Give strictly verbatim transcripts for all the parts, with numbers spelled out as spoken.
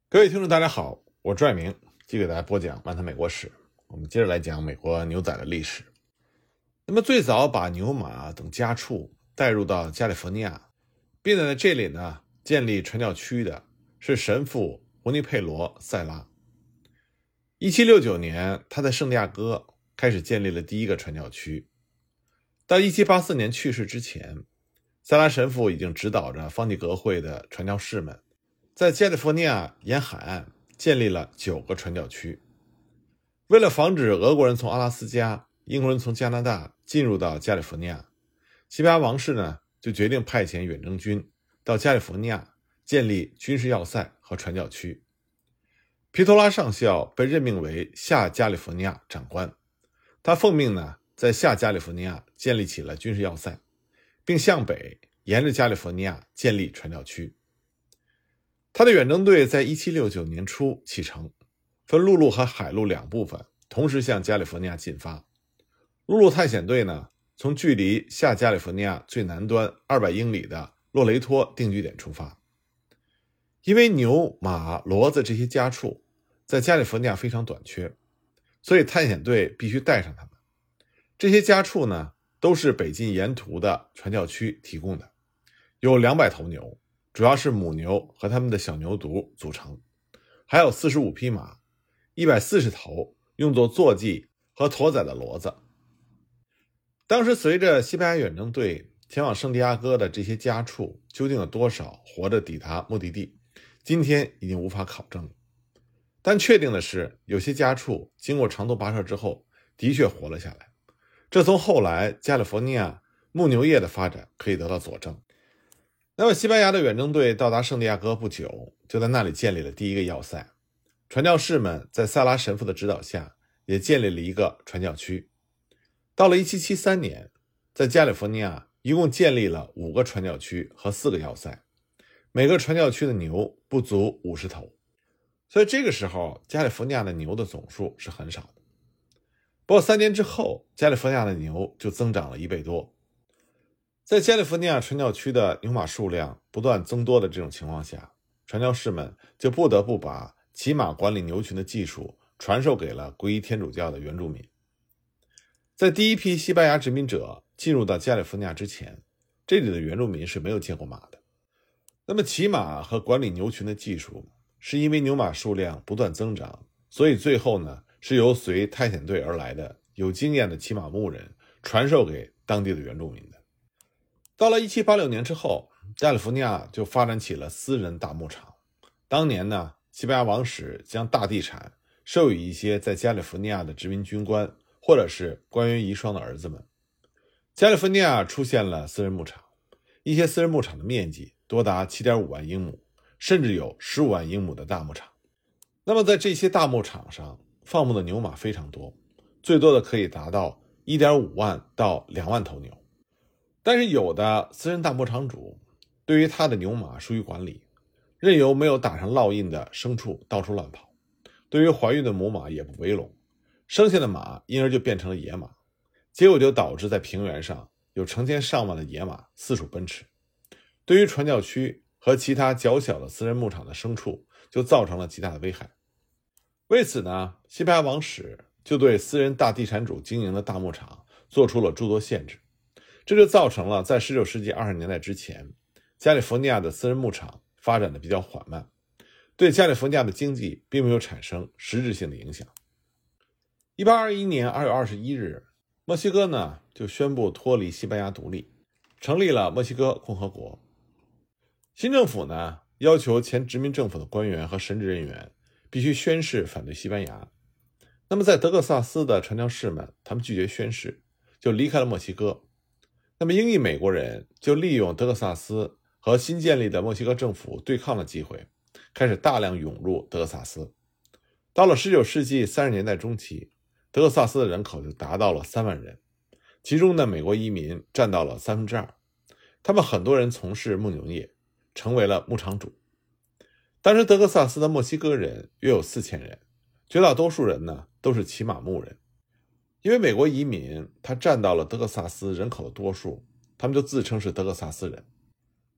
各位听众大家好，我拽明继续给大家播讲漫谈美国史。我们接着来讲美国牛仔的历史。那么最早把牛马等家畜带入到加利福尼亚，并在这里呢建立传教区的是神父胡尼佩罗·塞拉。一七六九年，他在圣地亚哥开始建立了第一个传教区。到一七八四年去世之前，塞拉神父已经指导着方济各会的传教士们在加利福尼亚沿海岸建立了九个传教区。为了防止俄国人从阿拉斯加、英国人从加拿大进入到加利福尼亚，西班牙王室呢就决定派遣远征军到加利福尼亚建立军事要塞和传教区。皮托拉上校被任命为下加利福尼亚长官，他奉命呢在下加利福尼亚建立起了军事要塞，并向北沿着加利福尼亚建立传教区。他的远征队在一七六九年初启程，分陆路和海路两部分，同时向加利福尼亚进发。陆路探险队呢，从距离下加利福尼亚最南端二百英里的洛雷托定居点出发。因为牛、马、骡子这些家畜在加利福尼亚非常短缺，所以探险队必须带上它们。这些家畜呢，都是北进沿途的传教区提供的，有两百头牛，主要是母牛和他们的小牛犊组成，还有四十五匹马，一百四十头用作坐骑和驮载的骡子。当时随着西班牙远征队前往圣地亚哥的这些家畜究竟有多少活着抵达目的地，今天已经无法考证了。但确定的是，有些家畜经过长途跋涉之后的确活了下来，这从后来加利福尼亚牧牛业的发展可以得到佐证。那么西班牙的远征队到达圣地亚哥不久，就在那里建立了第一个要塞。传教士们在塞拉神父的指导下也建立了一个传教区。到了一七七三年，在加利福尼亚一共建立了五个传教区和四个要塞，每个传教区的牛不足五十头，所以这个时候加利福尼亚的牛的总数是很少的。不过三年之后，加利福尼亚的牛就增长了一倍多。在加利福尼亚传教区的牛马数量不断增多的这种情况下，传教士们就不得不把骑马管理牛群的技术传授给了皈依天主教的原住民。在第一批西班牙殖民者进入到加利福尼亚之前，这里的原住民是没有见过马的。那么骑马和管理牛群的技术是因为牛马数量不断增长，所以最后呢是由随探险队而来的有经验的骑马牧人传授给当地的原住民的。到了一七八六年之后，加利福尼亚就发展起了私人大牧场。当年呢，西班牙王室将大地产授予一些在加利福尼亚的殖民军官或者是官员遗孀的儿子们。加利福尼亚出现了私人牧场，一些私人牧场的面积多达 七点五万英亩，甚至有十五万英亩的大牧场。那么在这些大牧场上放牧的牛马非常多，最多的可以达到 一点五万到两万头牛。但是有的私人大牧场主对于他的牛马疏于管理，任由没有打上烙印的牲畜到处乱跑，对于怀孕的母马也不围笼，生下的马因而就变成了野马，结果就导致在平原上有成千上万的野马四处奔驰，对于传教区和其他较小的私人牧场的牲畜就造成了极大的危害。为此呢，西班牙王室就对私人大地产主经营的大牧场做出了诸多限制，这就造成了在十九世纪二十年代之前，加利福尼亚的私人牧场发展的比较缓慢，对加利福尼亚的经济并没有产生实质性的影响。一八二一年二月二十一日，墨西哥呢就宣布脱离西班牙独立，成立了墨西哥共和国。新政府呢要求前殖民政府的官员和神职人员必须宣誓反对西班牙。那么在德克萨斯的传教士们，他们拒绝宣誓，就离开了墨西哥。那么英裔美国人就利用德克萨斯和新建立的墨西哥政府对抗的机会，开始大量涌入德克萨斯。到了十九世纪三十年代中期，德克萨斯的人口就达到了三万人，其中的美国移民占到了三分之二。他们很多人从事牧牛业，成为了牧场主。当时德克萨斯的墨西哥人约有四千人，绝大多数人呢都是骑马牧人。因为美国移民他占到了德克萨斯人口的多数，他们就自称是德克萨斯人。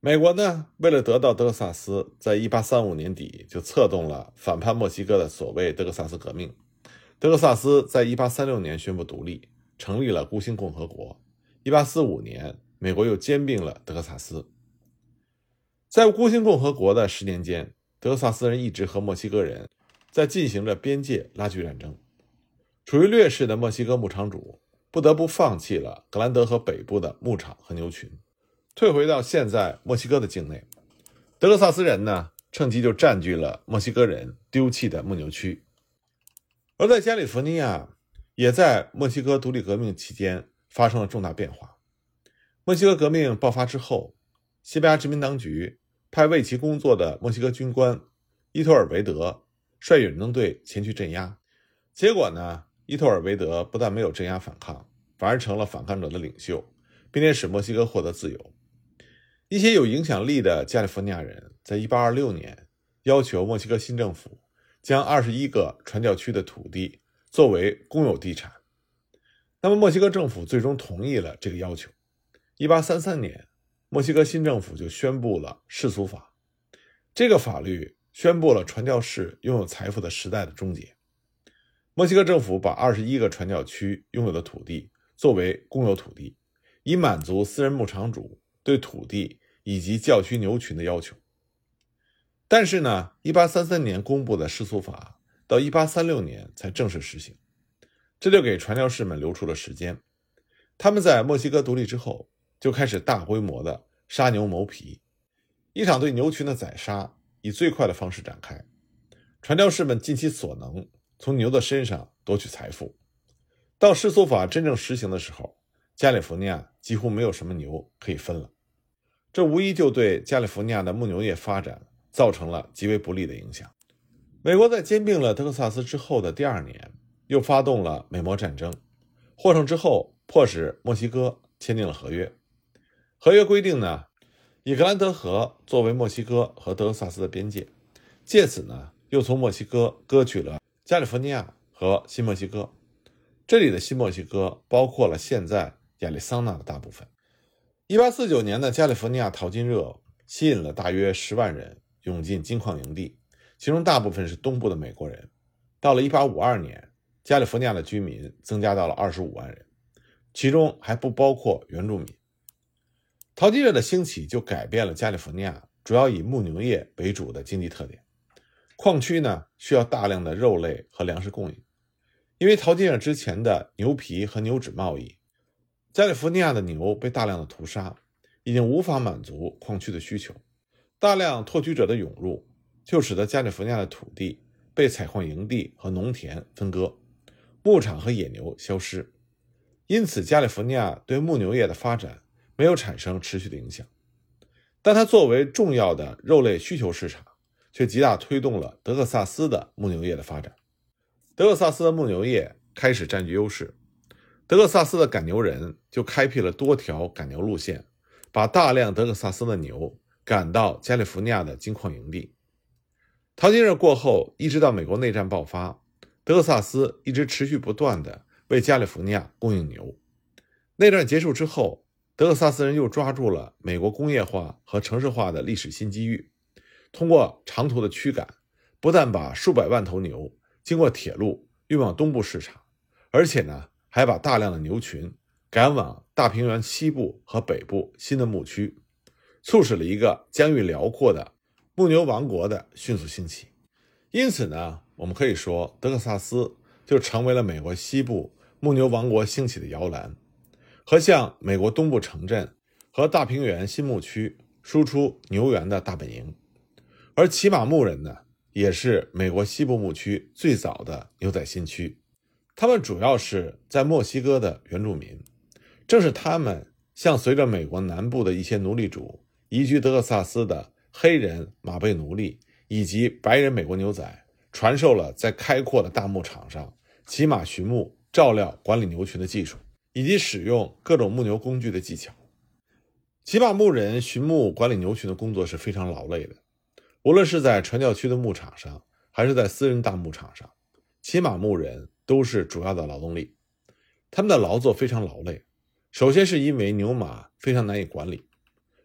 美国呢，为了得到德克萨斯，在一八三五年底就策动了反叛墨西哥的所谓德克萨斯革命。德克萨斯在一八三六年宣布独立，成立了孤星共和国。一八四五年，美国又兼并了德克萨斯。在孤星共和国的十年间，德克萨斯人一直和墨西哥人在进行着边界拉锯战争。处于劣势的墨西哥牧场主不得不放弃了格兰德河北部的牧场和牛群，退回到现在墨西哥的境内。德克萨斯人呢，趁机就占据了墨西哥人丢弃的牧牛区。而在加利福尼亚，也在墨西哥独立革命期间发生了重大变化。墨西哥革命爆发之后，西班牙殖民当局派为其工作的墨西哥军官伊托尔维德率远征队前去镇压。结果呢，伊托尔维德不但没有镇压反抗，反而成了反抗者的领袖，并且使墨西哥获得自由。一些有影响力的加利福尼亚人在一八二六年要求墨西哥新政府将二十一个传教区的土地作为公有地产。那么墨西哥政府最终同意了这个要求。一八三三年，墨西哥新政府就宣布了世俗法。这个法律宣布了传教士拥有财富的时代的终结。墨西哥政府把二十一个传教区拥有的土地作为公有土地，以满足私人牧场主对土地以及教区牛群的要求。但是呢，一八三三年公布的世俗法到一八三六年才正式实行，这就给传教士们留出了时间。他们在墨西哥独立之后就开始大规模的杀牛谋皮，一场对牛群的宰杀以最快的方式展开。传教士们尽其所能从牛的身上夺取财富。到世俗法真正实行的时候，加利福尼亚几乎没有什么牛可以分了。这无疑就对加利福尼亚的牧牛业发展造成了极为不利的影响。美国在兼并了德克萨斯之后的第二年，又发动了美墨战争，获胜之后迫使墨西哥签订了合约。合约规定呢，以格兰德河作为墨西哥和德克萨斯的边界，借此呢又从墨西哥割取了加利福尼亚和新墨西哥。这里的新墨西哥包括了现在亚利桑那的大部分。一八四九年的加利福尼亚淘金热吸引了大约十万人涌进金矿营地，其中大部分是东部的美国人。到了一八五二年，加利福尼亚的居民增加到了二十五万人，其中还不包括原住民。淘金热的兴起就改变了加利福尼亚主要以牧牛业为主的经济特点。矿区呢需要大量的肉类和粮食供应，因为淘金热之前的牛皮和牛脂贸易，加利福尼亚的牛被大量的屠杀，已经无法满足矿区的需求。大量拓掘者的涌入就使得加利福尼亚的土地被采矿营地和农田分割，牧场和野牛消失。因此加利福尼亚对牧牛业的发展没有产生持续的影响，但它作为重要的肉类需求市场，却极大推动了德克萨斯的牧牛业的发展。德克萨斯的牧牛业开始占据优势，德克萨斯的赶牛人就开辟了多条赶牛路线，把大量德克萨斯的牛赶到加利福尼亚的金矿营地。淘金热过后，一直到美国内战爆发，德克萨斯一直持续不断地为加利福尼亚供应牛。内战结束之后，德克萨斯人又抓住了美国工业化和城市化的历史新机遇，通过长途的驱赶，不但把数百万头牛经过铁路运往东部市场，而且呢还把大量的牛群赶往大平原西部和北部新的牧区，促使了一个疆域辽阔的牧牛王国的迅速兴起。因此呢，我们可以说德克萨斯就成为了美国西部牧牛王国兴起的摇篮，和向美国东部城镇和大平原新牧区输出牛源的大本营。而骑马牧人呢，也是美国西部牧区最早的牛仔新区，他们主要是在墨西哥的原住民，正是他们向随着美国南部的一些奴隶主移居德克萨斯的黑人马背奴隶以及白人美国牛仔传授了在开阔的大牧场上骑马巡牧、照料管理牛群的技术，以及使用各种牧牛工具的技巧。骑马牧人巡牧管理牛群的工作是非常劳累的，无论是在传教区的牧场上，还是在私人大牧场上，骑马牧人都是主要的劳动力。他们的劳作非常劳累，首先是因为牛马非常难以管理，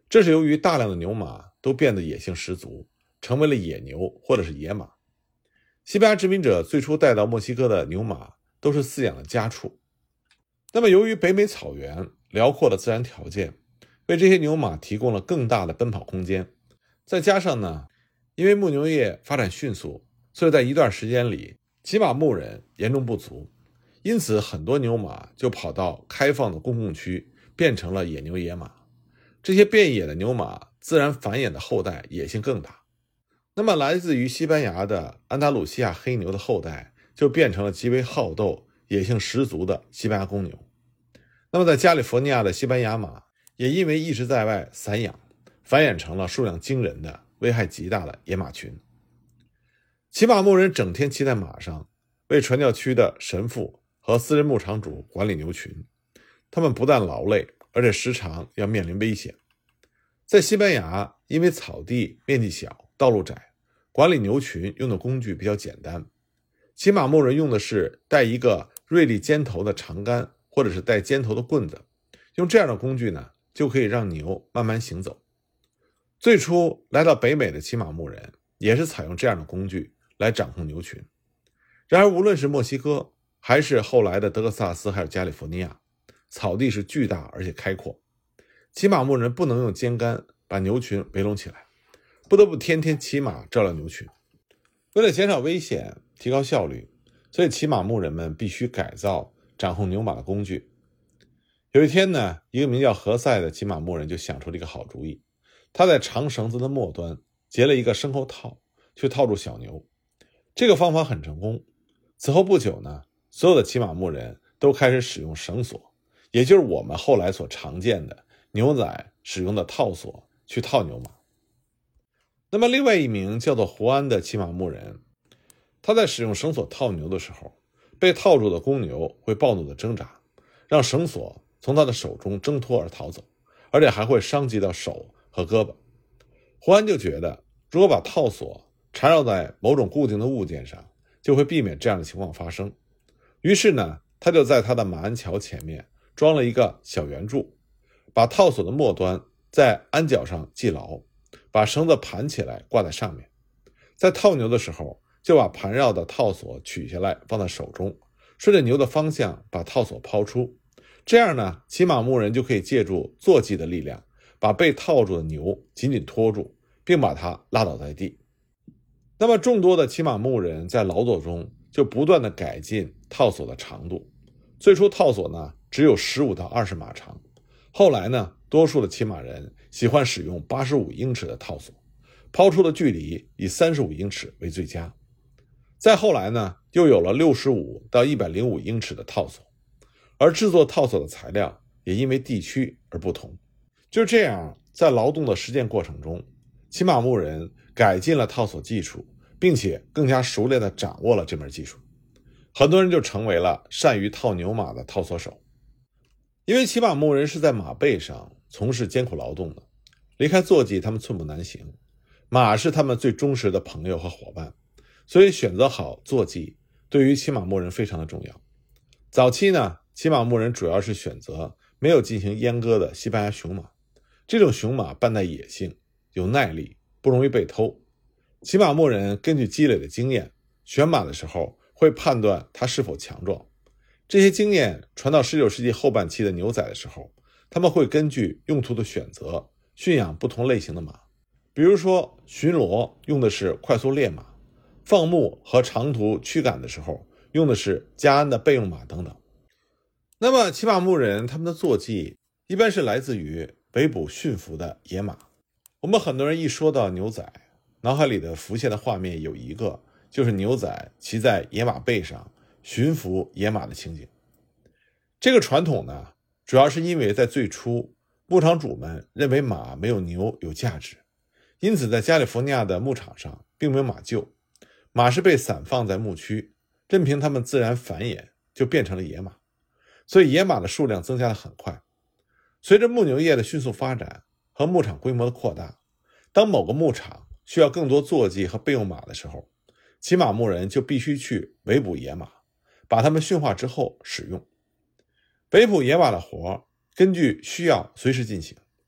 这是由于大量的牛马都变得野性十足，成为了野牛或者是野马。西班牙殖民者最初带到墨西哥的牛马都是饲养的家畜。那么由于北美草原辽阔的自然条件为这些牛马提供了更大的奔跑空间，再加上呢，因为牧牛业发展迅速，所以在一段时间里骑马牧人严重不足，因此很多牛马就跑到开放的公共区，变成了野牛野马。这些变野的牛马自然繁衍的后代野性更大。那么来自于西班牙的安达鲁西亚黑牛的后代就变成了极为好斗、野性十足的西班牙公牛。那么在加利福尼亚的西班牙马也因为一直在外散养，繁衍成了数量惊人的、危害极大的野马群。骑马牧人整天骑在马上，为传教区的神父和私人牧场主管理牛群，他们不但劳累，而且时常要面临危险。在西班牙，因为草地面积小，道路窄，管理牛群用的工具比较简单。骑马牧人用的是带一个锐利尖头的长杆，或者是带尖头的棍子，用这样的工具呢，就可以让牛慢慢行走。最初来到北美的骑马牧人也是采用这样的工具来掌控牛群。然而无论是墨西哥还是后来的德克萨斯还有加利福尼亚，草地是巨大而且开阔，骑马牧人不能用尖杆把牛群围拢起来，不得不天天骑马照料牛群。为了减少危险，提高效率，所以骑马牧人们必须改造掌控牛马的工具。有一天呢，一个名叫何塞的骑马牧人就想出了一个好主意，他在长绳子的末端结了一个牲口套，去套住小牛。这个方法很成功。此后不久呢，所有的骑马牧人都开始使用绳索，也就是我们后来所常见的牛仔使用的套索去套牛马。那么另外一名叫做胡安的骑马牧人，他在使用绳索套牛的时候，被套住的公牛会暴怒的挣扎，让绳索从他的手中挣脱而逃走，而且还会伤及到手和胳膊。胡安就觉得，如果把套索缠绕在某种固定的物件上，就会避免这样的情况发生。于是呢，他就在他的马鞍桥前面装了一个小圆柱，把套索的末端在鞍角上系牢，把绳子盘起来挂在上面。在套牛的时候，就把盘绕的套索取下来放在手中，顺着牛的方向把套索抛出。这样呢，骑马牧人就可以借助坐骑的力量，把被套住的牛紧紧拖住，并把它拉倒在地。那么众多的骑马牧人在劳作中就不断的改进套索的长度。最初套索呢只有十五到二十码长，后来呢，多数的骑马人喜欢使用八十五英尺的套索，抛出的距离以三十五英尺为最佳。再后来呢，又有了六十五到一百零五英尺的套索，而制作套索的材料也因为地区而不同。就这样，在劳动的实践过程中，骑马牧人改进了套索技术，并且更加熟练地掌握了这门技术。很多人就成为了善于套牛马的套索手。因为骑马牧人是在马背上从事艰苦劳动的，离开坐骑他们寸步难行，马是他们最忠实的朋友和伙伴，所以选择好坐骑对于骑马牧人非常的重要。早期呢，骑马牧人主要是选择没有进行阉割的西班牙雄马，这种雄马伴带野性，有耐力，不容易被偷。骑马牧人根据积累的经验，选马的时候会判断它是否强壮。这些经验传到十九世纪后半期的牛仔的时候，他们会根据用途的选择驯养不同类型的马。比如说巡逻用的是快速烈马，放牧和长途驱赶的时候用的是加鞍的备用马等等。那么骑马牧人他们的坐骑一般是来自于围捕驯服的野马。我们很多人一说到牛仔，脑海里的浮现的画面有一个，就是牛仔骑在野马背上驯服野马的情景。这个传统呢，主要是因为在最初牧场主们认为马没有牛有价值，因此在加利福尼亚的牧场上并没有马厩，马是被散放在牧区，任凭它们自然繁衍，就变成了野马。所以野马的数量增加得很快。随着牧牛业的迅速发展和牧场规模的扩大，当某个牧场需要更多坐骑和备用马的时候，骑马牧人就必须去围捕野马，把它们驯化之后使用。围捕野马的活根据需要随时进行。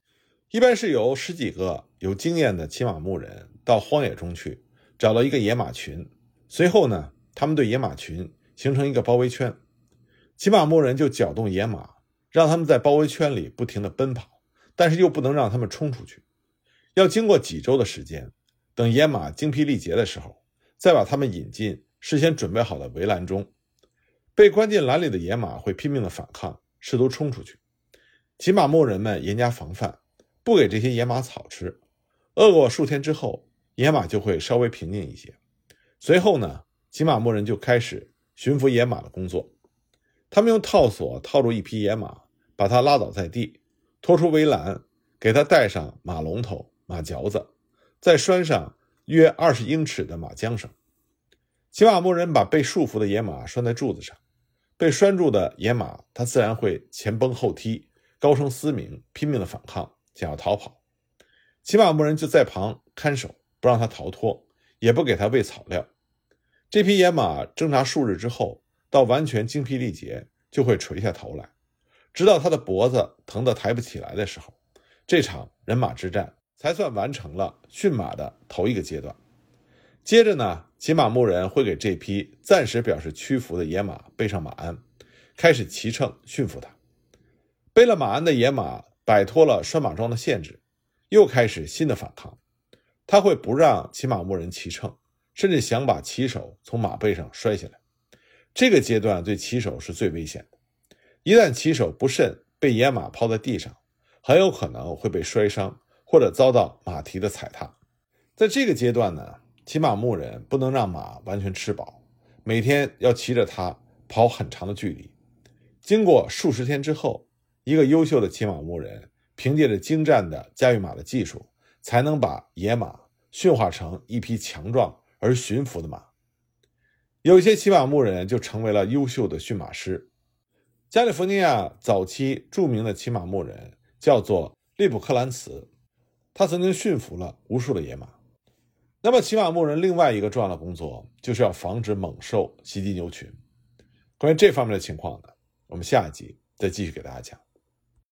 一般是由十几个有经验的骑马牧人到荒野中去，找到一个野马群，随后呢，他们对野马群形成一个包围圈，骑马牧人就搅动野马，让他们在包围圈里不停地奔跑，但是又不能让他们冲出去。要经过几周的时间，等野马精疲力竭的时候，再把他们引进事先准备好的围栏中。被关进栏里的野马会拼命的反抗，试图冲出去。骑马牧人们严加防范，不给这些野马草吃。饿过数天之后，野马就会稍微平静一些。随后呢，骑马牧人就开始驯服野马的工作。他们用套索套住一匹野马，把它拉倒在地，拖出围栏，给它戴上马龙头、马嚼子，再拴上约二十英尺的马缰绳。骑马牧人把被束缚的野马拴在柱子上，被拴住的野马它自然会前蹦后踢，高声嘶鸣，拼命的反抗，想要逃跑。骑马牧人就在旁看守，不让它逃脱，也不给它喂草料。这匹野马挣扎数日之后，到完全精疲力竭，就会垂下头来，直到它的脖子疼得抬不起来的时候，这场人马之战才算完成了驯马的头一个阶段。接着呢，骑马牧人会给这匹暂时表示屈服的野马背上马鞍，开始骑乘驯服它。背了马鞍的野马摆脱了拴马桩的限制，又开始新的反抗。他会不让骑马牧人骑乘，甚至想把骑手从马背上摔下来。这个阶段对骑手是最危险的，一旦骑手不慎被野马抛在地上，很有可能会被摔伤，或者遭到马蹄的踩踏。在这个阶段呢，骑马牧人不能让马完全吃饱，每天要骑着它跑很长的距离。经过数十天之后，一个优秀的骑马牧人凭借着精湛的驾驭马的技术，才能把野马驯化成一匹强壮而驯服的马。有一些骑马牧人就成为了优秀的驯马师。加利福尼亚早期著名的骑马牧人叫做利普克兰茨，他曾经驯服了无数的野马。那么骑马牧人另外一个重要的工作就是要防止猛兽袭击牛群。关于这方面的情况呢，我们下一集再继续给大家讲。